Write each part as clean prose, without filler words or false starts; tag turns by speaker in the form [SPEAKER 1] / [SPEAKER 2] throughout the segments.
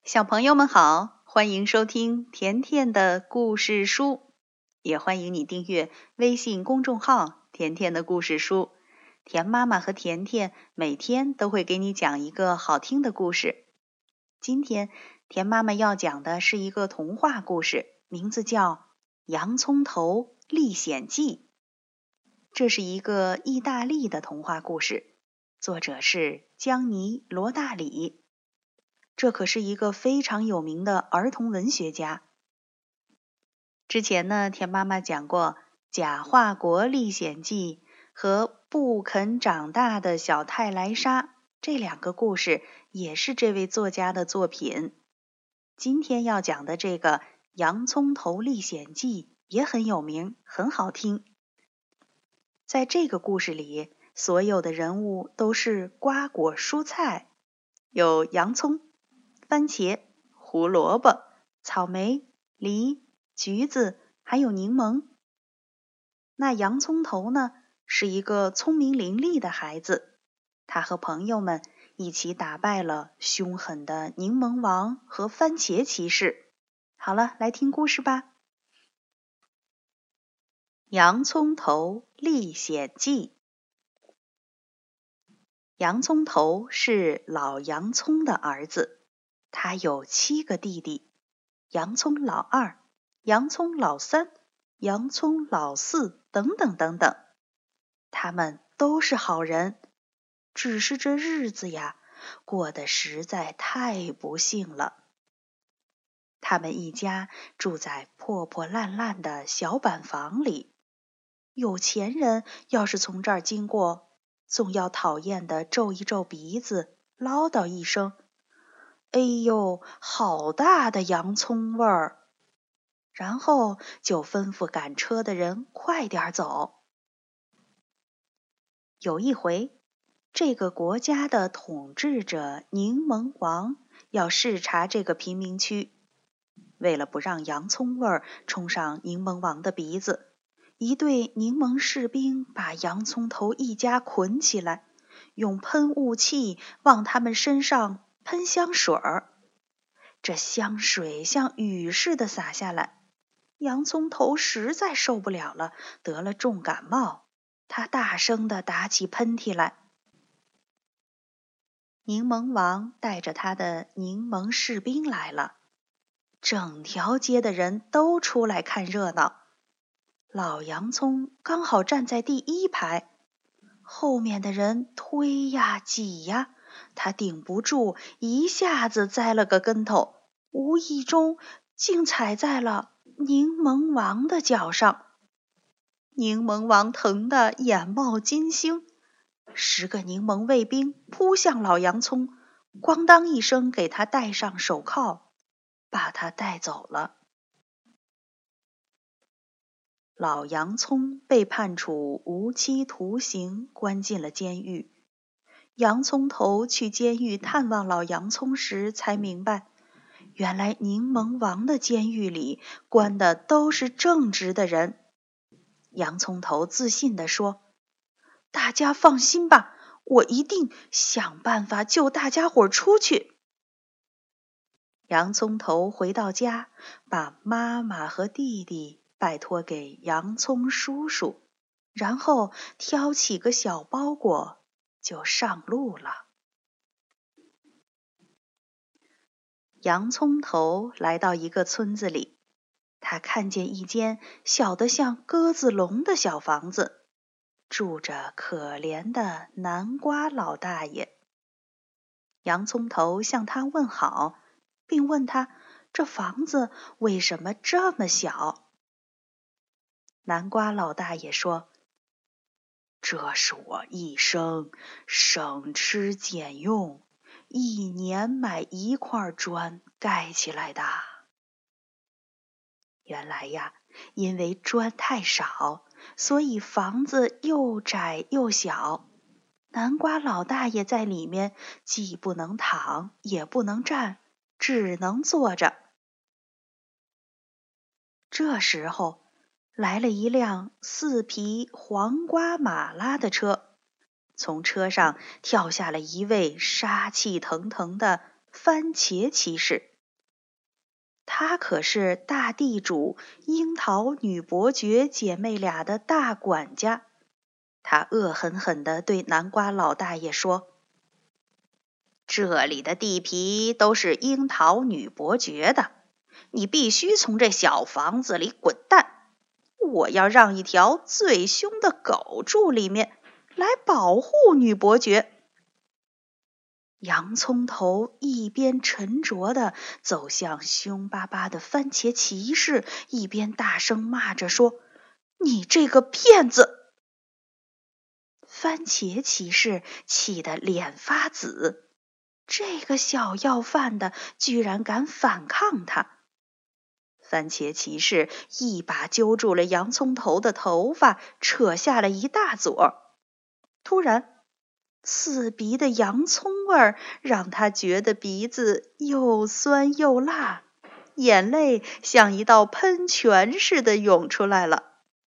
[SPEAKER 1] 小朋友们好，欢迎收听甜甜的故事书，也欢迎你订阅微信公众号甜甜的故事书。甜妈妈和甜甜每天都会给你讲一个好听的故事。今天甜妈妈要讲的是一个童话故事，名字叫《洋葱头历险记》。这是一个意大利的童话故事，作者是江尼·罗大里。这可是一个非常有名的儿童文学家。之前呢，甜妈妈讲过《假华国历险记》和《不肯长大的小泰莱莎》这两个故事，也是这位作家的作品。今天要讲的这个《洋葱头历险记》也很有名，很好听。在这个故事里，所有的人物都是瓜果蔬菜，有洋葱、番茄、胡萝卜、草莓、梨、橘子，还有柠檬。那洋葱头呢，是一个聪明伶俐的孩子，他和朋友们一起打败了凶狠的柠檬王和番茄骑士。好了，来听故事吧。洋葱头历险记。洋葱头是老洋葱的儿子，他有7个弟弟：洋葱老2、洋葱老3、洋葱老4等等等等。他们都是好人，只是这日子呀，过得实在太不幸了。他们一家住在破破烂烂的小板房里，有钱人要是从这儿经过，总要讨厌地皱一皱鼻子，唠叨一声：“哎呦，好大的洋葱味儿！”然后就吩咐赶车的人快点走。有一回，这个国家的统治者柠檬王要视察这个贫民区，为了不让洋葱味儿冲上柠檬王的鼻子，一队柠檬士兵把洋葱头一家捆起来，用喷雾器往他们身上喷香水儿。这香水像雨似的洒下来，洋葱头实在受不了了，得了重感冒，他大声地打起喷嚏来。柠檬王带着他的柠檬士兵来了，整条街的人都出来看热闹。老洋葱刚好站在第1排，后面的人推呀挤呀，他顶不住，一下子栽了个跟头，无意中竟踩在了柠檬王的脚上。柠檬王疼得眼冒金星，10个柠檬卫兵扑向老洋葱，咣当一声给他戴上手铐，把他带走了。老洋葱被判处无期徒刑，关进了监狱。洋葱头去监狱探望老洋葱时，才明白，原来柠檬王的监狱里关的都是正直的人。洋葱头自信地说：“大家放心吧，我一定想办法救大家伙出去。”洋葱头回到家，把妈妈和弟弟拜托给洋葱叔叔，然后挑起个小包裹就上路了。洋葱头来到一个村子里，他看见一间小得像鸽子笼的小房子，住着可怜的南瓜老大爷。洋葱头向他问好，并问他这房子为什么这么小。南瓜老大爷说：“这是我一生省吃俭用，1年买1块砖盖起来的。”原来呀，因为砖太少，所以房子又窄又小。南瓜老大爷在里面既不能躺，也不能站，只能坐着。这时候，来了一辆4匹黄瓜马拉的车，从车上跳下了一位杀气腾腾的番茄骑士。 他可是大地主樱桃女伯爵姐妹俩的大管家。他恶狠狠地对南瓜老大爷说：这里的地皮都是樱桃女伯爵的，你必须从这小房子里滚蛋。我要让一条最凶的狗住里面，来保护女伯爵。洋葱头一边沉着地走向凶巴巴的番茄骑士，一边大声骂着说：你这个骗子！番茄骑士气得脸发紫，这个小要饭的居然敢反抗他。番茄骑士一把揪住了洋葱头的头发，扯下了一大撮。突然，刺鼻的洋葱味儿让他觉得鼻子又酸又辣，眼泪像一道喷泉似的涌出来了。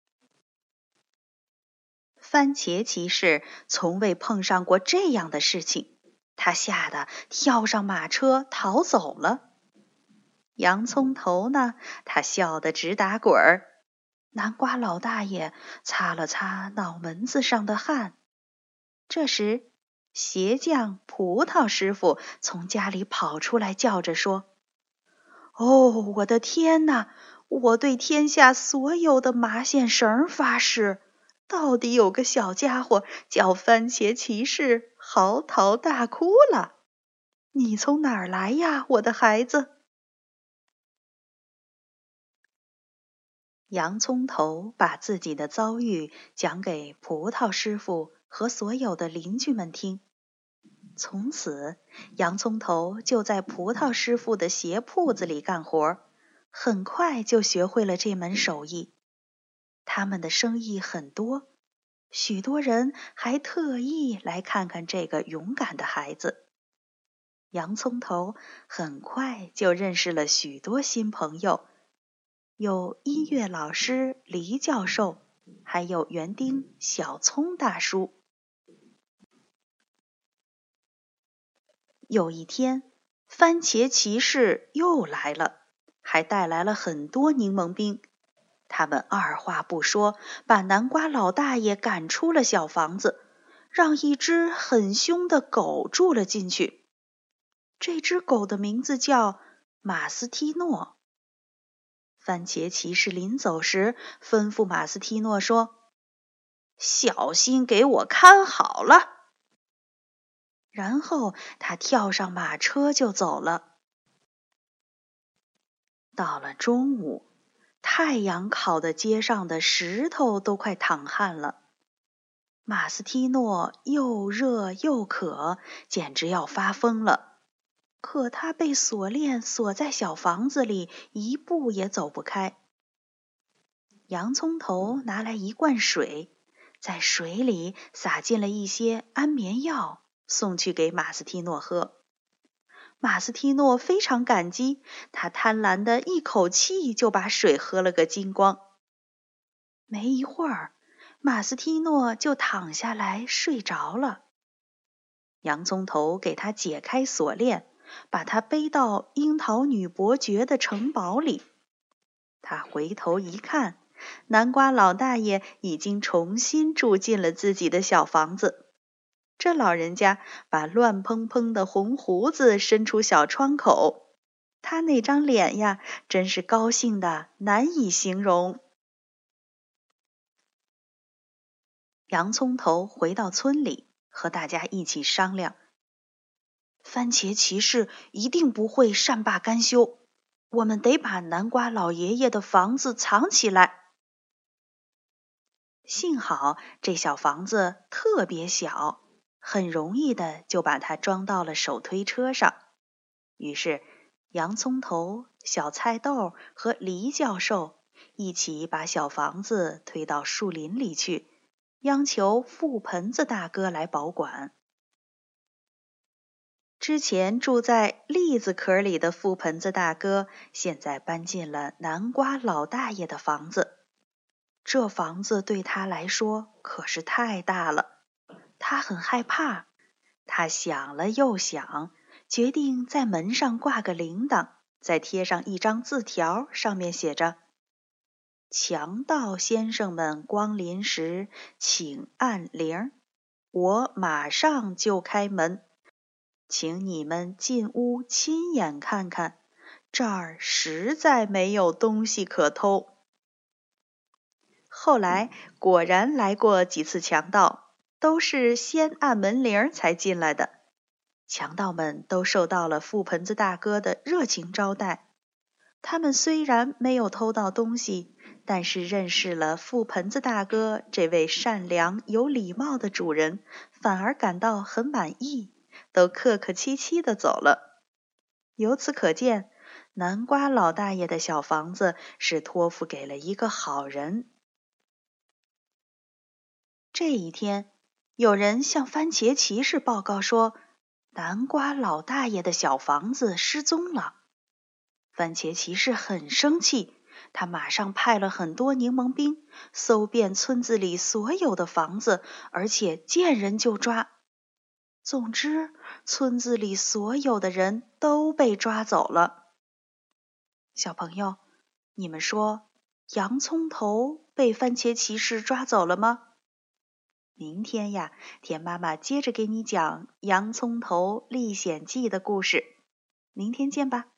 [SPEAKER 1] 番茄骑士从未碰上过这样的事情，他吓得跳上马车逃走了。洋葱头呢，他笑得直打滚儿。南瓜老大爷擦了擦脑门子上的汗。这时，鞋匠葡萄师傅从家里跑出来，叫着说：哦，我的天哪！我对天下所有的麻线绳发誓，到底有个小家伙叫番茄骑士嚎啕大哭了。你从哪儿来呀，我的孩子？洋葱头把自己的遭遇讲给葡萄师傅和所有的邻居们听。从此，洋葱头就在葡萄师傅的鞋铺子里干活，很快就学会了这门手艺。他们的生意很多，许多人还特意来看看这个勇敢的孩子。洋葱头很快就认识了许多新朋友，有音乐老师黎教授，还有园丁小葱大叔。有一天，番茄骑士又来了，还带来了很多柠檬冰。他们二话不说，把南瓜老大爷赶出了小房子，让一只很凶的狗住了进去。这只狗的名字叫马斯提诺。番茄骑士临走时吩咐马斯提诺说：小心给我看好了。然后他跳上马车就走了。到了中午，太阳烤得街上的石头都快淌汗了。马斯提诺又热又渴，简直要发疯了。可他被锁链锁在小房子里，一步也走不开。洋葱头拿来一罐水，在水里撒进了一些安眠药，送去给马斯提诺喝。马斯提诺非常感激，他贪婪的一口气就把水喝了个精光。没一会儿，马斯提诺就躺下来睡着了。洋葱头给他解开锁链，把他背到樱桃女伯爵的城堡里。他回头一看，南瓜老大爷已经重新住进了自己的小房子。这老人家把乱蓬蓬的红胡子伸出小窗口，他那张脸呀，真是高兴的难以形容。洋葱头回到村里，和大家一起商量，番茄骑士一定不会善罢甘休，我们得把南瓜老爷爷的房子藏起来。幸好这小房子特别小，很容易的就把它装到了手推车上。于是洋葱头、小菜豆和黎教授一起把小房子推到树林里去，央求覆盆子大哥来保管。之前住在栗子壳里的覆盆子大哥，现在搬进了南瓜老大爷的房子。这房子对他来说可是太大了，他很害怕。他想了又想，决定在门上挂个铃铛， 再贴上一张字条，上面写着：强盗先生们光临时，请按铃，我马上就开门，请你们进屋亲眼看看，这儿实在没有东西可偷。后来果然来过几次强盗，都是先按门铃才进来的。强盗们都受到了覆盆子大哥的热情招待，他们虽然没有偷到东西，但是认识了覆盆子大哥这位善良有礼貌的主人，反而感到很满意，都客客气气地走了。由此可见，南瓜老大爷的小房子是托付给了一个好人。这一天，有人向番茄骑士报告说，南瓜老大爷的小房子失踪了。番茄骑士很生气，他马上派了很多柠檬兵，搜遍村子里所有的房子，而且见人就抓。总之，村子里所有的人都被抓走了。小朋友，你们说，洋葱头被番茄骑士抓走了吗？明天呀，田妈妈接着给你讲《洋葱头历险记》的故事。明天见吧。